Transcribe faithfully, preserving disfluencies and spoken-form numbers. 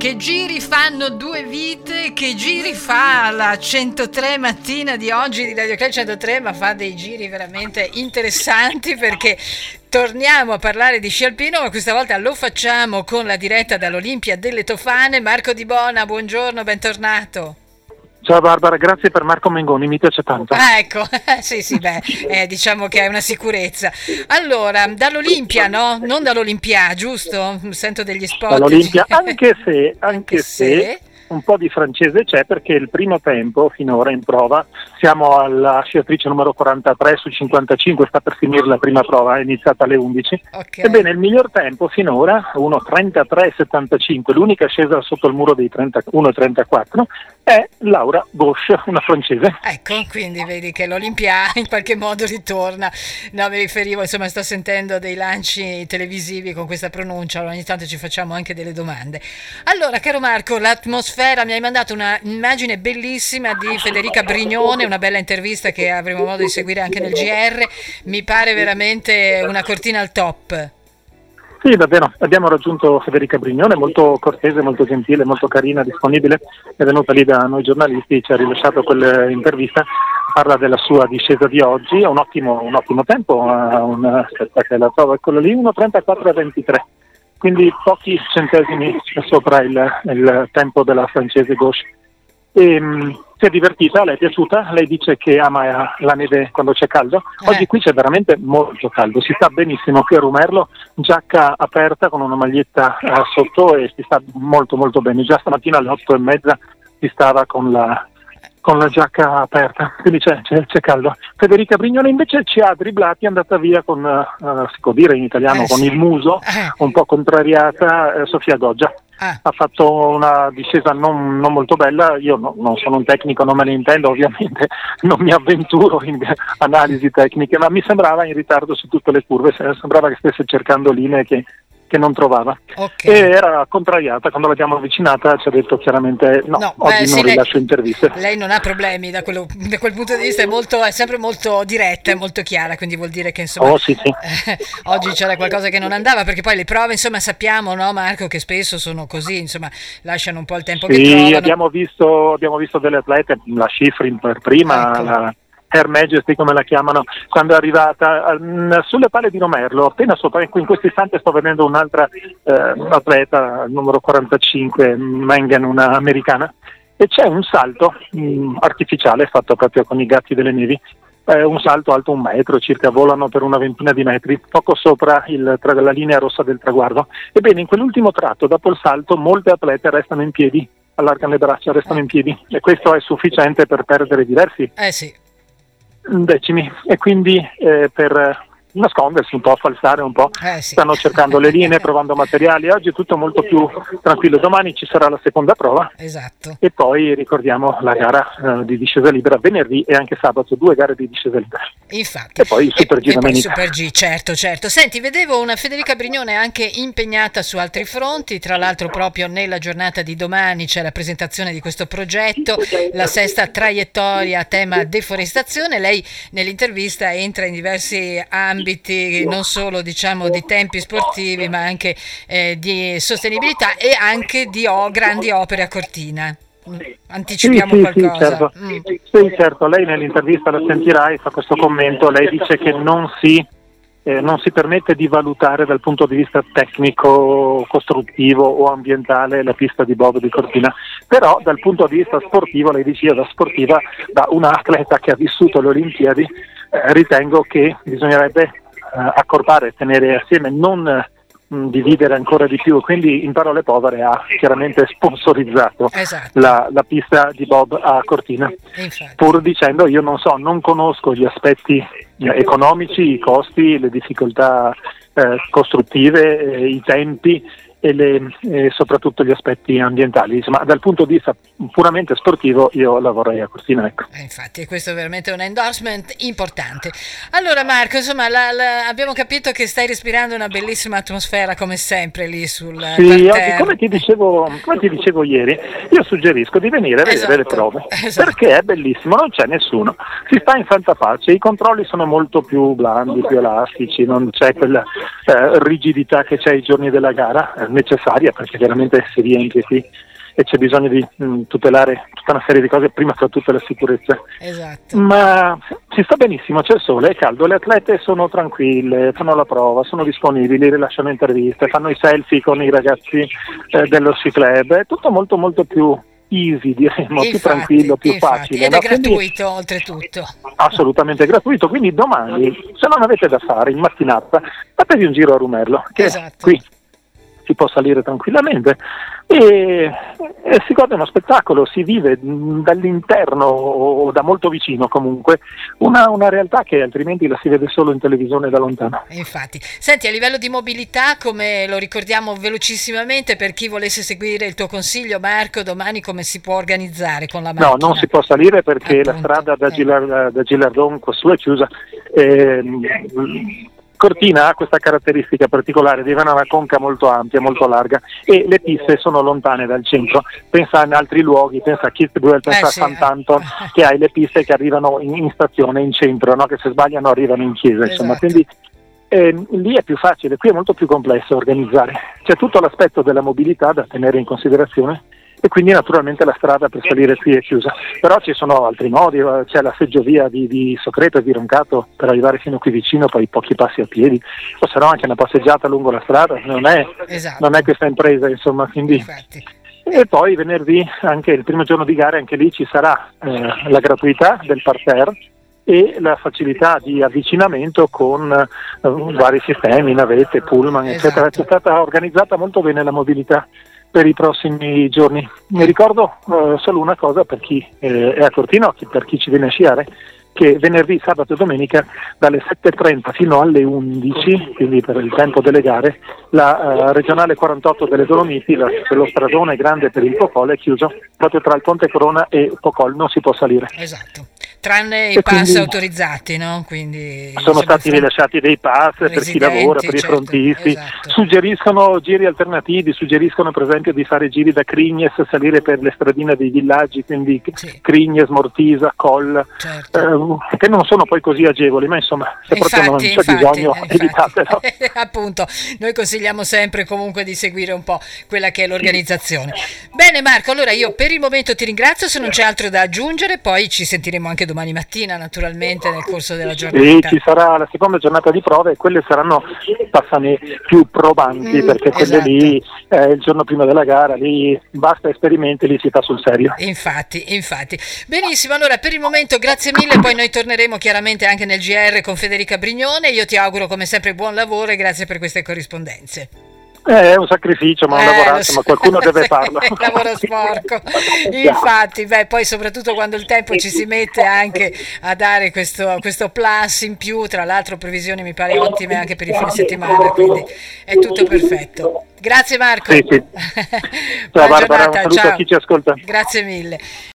Che giri fanno due vite, che giri fa la centotré mattina di oggi di Radio Club centotré, ma fa dei giri veramente interessanti perché torniamo a parlare di sci alpino, ma questa volta lo facciamo con la diretta dall'Olimpia delle Tofane. Marco Di Bona, buongiorno, bentornato. Ciao Barbara, grazie per Marco Mengoni, mi piace tanto. Ah, ecco, sì sì, beh, eh, diciamo che è una sicurezza. Allora, dall'Olimpia, no? Non dall'Olimpia, giusto? Sento degli spot. Dall'Olimpia, anche se, anche, anche se, se un po' di francese c'è, perché il primo tempo finora in prova, siamo alla sciatrice numero quarantatré su cinquantacinque, sta per finire la prima prova, è iniziata alle undici. Okay. Ebbene, il miglior tempo finora, uno trentatré settantacinque, l'unica scesa sotto il muro dei trentuno trentaquattro, è Laura Bosch, una francese. Ecco, quindi vedi che l'Olimpia in qualche modo ritorna. No, mi riferivo, insomma, sto sentendo dei lanci televisivi con questa pronuncia, ogni tanto ci facciamo anche delle domande. Allora, caro Marco, l'atmosfera, mi hai mandato un'immagine bellissima di Federica Brignone, una bella intervista che avremo modo di seguire anche nel G R, mi pare veramente una cortina al top. Sì, davvero, abbiamo raggiunto Federica Brignone, molto cortese, molto gentile, molto carina, disponibile, è venuta lì da noi giornalisti, ci ha rilasciato quell'intervista, parla della sua discesa di oggi, ha un ottimo, un ottimo tempo, un, aspetta che la trovo, eccolo lì, uno trentaquattro ventitré, quindi pochi centesimi sopra il, il tempo della francese Gauche. E, mh, si è divertita, le è piaciuta, lei dice che ama la neve quando c'è caldo. Oggi eh. qui c'è veramente molto caldo, si sta benissimo qui a Rumerlo, giacca aperta con una maglietta eh, sotto e si sta molto molto bene, già stamattina alle otto e mezza si stava con la, con la giacca aperta, quindi c'è, c'è, c'è caldo. Federica Brignone invece ci ha driblati, è andata via con, uh, si può dire in italiano, eh, con sì. il muso, eh. un po' contrariata, eh, Sofia Goggia. Ah. Ha fatto una discesa non, non molto bella, io no, non sono un tecnico, non me ne intendo, ovviamente non mi avventuro in analisi tecniche, ma mi sembrava in ritardo su tutte le curve, sembrava che stesse cercando linee che, che non trovava. Okay. E era contrariata, quando l'abbiamo avvicinata ci ha detto chiaramente no, no oggi beh, non sì, rilascio lei, interviste. Lei non ha problemi da, quello, da quel punto di vista, è, molto, è sempre molto diretta, è molto chiara, quindi vuol dire che insomma oh, sì, sì. Eh, oggi c'era qualcosa che non andava, perché poi le prove insomma sappiamo, no Marco, che spesso sono così, insomma lasciano un po' il tempo sì, che trovano. abbiamo visto, abbiamo visto delle atlete, la Schifrin per prima, ecco. la Her Majesty come la chiamano, quando è arrivata um, sulle pale di Romerlo, appena sopra, in questo istante sto vedendo un'altra eh, atleta, numero quarantacinque, Mengen, una americana, e c'è un salto mh, artificiale fatto proprio con i gatti delle nevi, eh, un salto alto un metro circa, volano per una ventina di metri, poco sopra il, tra, la linea rossa del traguardo. Ebbene, in quell'ultimo tratto, dopo il salto, molte atlete restano in piedi, allargano le braccia, restano in piedi, e questo è sufficiente per perdere diversi Eh sì. decimi, e quindi eh, per nascondersi un po', falsare un po', Eh sì. stanno cercando le linee, provando materiali. Oggi è tutto molto più tranquillo, domani ci sarà la seconda prova, Esatto. e poi ricordiamo la gara eh, di discesa libera venerdì e anche sabato, due gare di discesa libera. Infatti. E poi il Super G e, e poi domenica. Super G, certo, certo. Senti, vedevo una Federica Brignone anche impegnata su altri fronti, tra l'altro proprio nella giornata di domani c'è la presentazione di questo progetto, la sesta traiettoria a tema deforestazione. Lei nell'intervista entra in diversi ambiti, non solo diciamo di tempi sportivi, ma anche eh, di sostenibilità e anche di oh, grandi opere a Cortina. Anticipiamo sì, sì, qualcosa. Sì, certo. Mm. Sì, certo, lei nell'intervista, la sentirai, fa questo commento, lei dice che non si, eh, non si permette di valutare dal punto di vista tecnico, costruttivo o ambientale la pista di bob di Cortina, però dal punto di vista sportivo, lei dice, io da sportiva, da una atleta che ha vissuto le Olimpiadi, eh, ritengo che bisognerebbe eh, accorpare, tenere assieme, non eh, dividere ancora di più, quindi in parole povere ha chiaramente sponsorizzato Esatto. la, la pista di bob a Cortina, Infatti. pur dicendo io non so, non conosco gli aspetti eh, economici, i costi, le difficoltà eh, costruttive, eh, i tempi e, le, e soprattutto gli aspetti ambientali. Insomma, dal punto di vista puramente sportivo io lavorerei a Cortina, ecco. Eh, infatti questo è veramente un endorsement importante. Allora Marco, insomma la, la, abbiamo capito che stai respirando una bellissima atmosfera come sempre lì sul sì, parterre. oggi, come ti dicevo, come ti dicevo ieri, io suggerisco di venire a vedere Esatto. le prove, Esatto. perché è bellissimo, non c'è nessuno, si sta in santa pace, i controlli sono molto più blandi, più elastici, non c'è quella eh, rigidità che c'è ai giorni della gara, necessaria, perché chiaramente si riempie qui e c'è bisogno di mh, tutelare tutta una serie di cose, prima fra tutte la sicurezza. Esatto. Ma si sta benissimo, c'è il sole, è caldo, le atlete sono tranquille, fanno la prova, sono disponibili, rilasciano interviste, fanno i selfie con i ragazzi eh, dello sci club, è tutto molto molto più easy, diremo, Infatti, più tranquillo, più infatti. facile. Ed no? è gratuito Quindi, oltretutto. assolutamente gratuito, quindi domani, se non avete da fare in mattinata, fatevi un giro a Rumerlo, che Esatto. qui si può salire tranquillamente e, e si gode uno spettacolo, si vive mh, dall'interno o da molto vicino comunque una, una realtà che altrimenti la si vede solo in televisione da lontano. Infatti, senti, a livello di mobilità, come lo ricordiamo velocissimamente per chi volesse seguire il tuo consiglio, Marco, domani come si può organizzare con la macchina? No, non si può salire perché Appunto, la strada da, eh. Gilar, da Gilardon quassù è chiusa. Ehm, Cortina ha questa caratteristica particolare di avere una conca molto ampia, molto larga e le piste sono lontane dal centro. Pensa in altri luoghi, pensa a Kitzbühel, pensa Eh a sì, Sant'Anton, eh. che hai le piste che arrivano in, in stazione, in centro, no? Che se sbagliano arrivano in chiesa. Insomma. Esatto. Quindi eh, lì è più facile, qui è molto più complesso organizzare. C'è tutto l'aspetto della mobilità da tenere in considerazione e quindi naturalmente la strada per salire qui è chiusa, però ci sono altri modi, c'è la seggiovia di, di Socreto e di Roncato per arrivare fino qui vicino, poi pochi passi a piedi, o se no anche una passeggiata lungo la strada, non è, Esatto. non è questa impresa, insomma, quindi. Infatti. E poi venerdì, anche il primo giorno di gara, anche lì ci sarà eh, la gratuità del parterre e la facilità di avvicinamento con eh, vari sistemi, navette, pullman, eccetera. Esatto. È stata organizzata molto bene la mobilità per i prossimi giorni. Mi ricordo eh, solo una cosa per chi eh, è a Cortino, per chi ci viene a sciare, che venerdì, sabato e domenica dalle sette e trenta fino alle undici, quindi per il tempo delle gare, la uh, regionale quarantotto delle Dolomiti, la, lo stradone grande per il Pocol è chiuso, proprio tra il Ponte Corona e Pocol non si può salire. Esatto. Tranne i E pass quindi autorizzati, no? Quindi sono stati fra- rilasciati dei pass per chi residenti, lavora, per i certo, frontisti, esatto. suggeriscono giri alternativi, suggeriscono per esempio di fare giri da Crignes, salire per le stradine dei villaggi, quindi Sì. Crignes, Mortisa, Coll, Certo. eh, che non sono poi così agevoli, ma insomma se proprio non c'è infatti, bisogno eh, infatti. evitatelo. Appunto, noi consigliamo sempre comunque di seguire un po' quella che è l'organizzazione. Bene Marco, allora io per il momento ti ringrazio, se non c'è altro da aggiungere, poi ci sentiremo anche domani mattina naturalmente nel corso della E giornata. ci sarà la seconda giornata di prove e quelle saranno passane più probanti, Mm, perché quelle esatto. lì eh, il giorno prima della gara, lì basta esperimenti, lì si fa sul serio. Infatti, infatti. Benissimo, allora per il momento grazie mille, poi noi torneremo chiaramente anche nel G R con Federica Brignone, io ti auguro come sempre buon lavoro e grazie per queste corrispondenze. È un sacrificio, ma un Eh, lo lavorazzo, so. ma qualcuno deve farlo. È un lavoro sporco. Infatti, beh, poi soprattutto quando il tempo ci si mette anche a dare questo, questo plus in più, tra l'altro previsioni mi pare ottime anche per il fine settimana, quindi è tutto perfetto. Grazie Marco. Sì, sì. Buona Ciao Barbara, giornata, un saluto ciao. a chi ci ascolta. Grazie mille.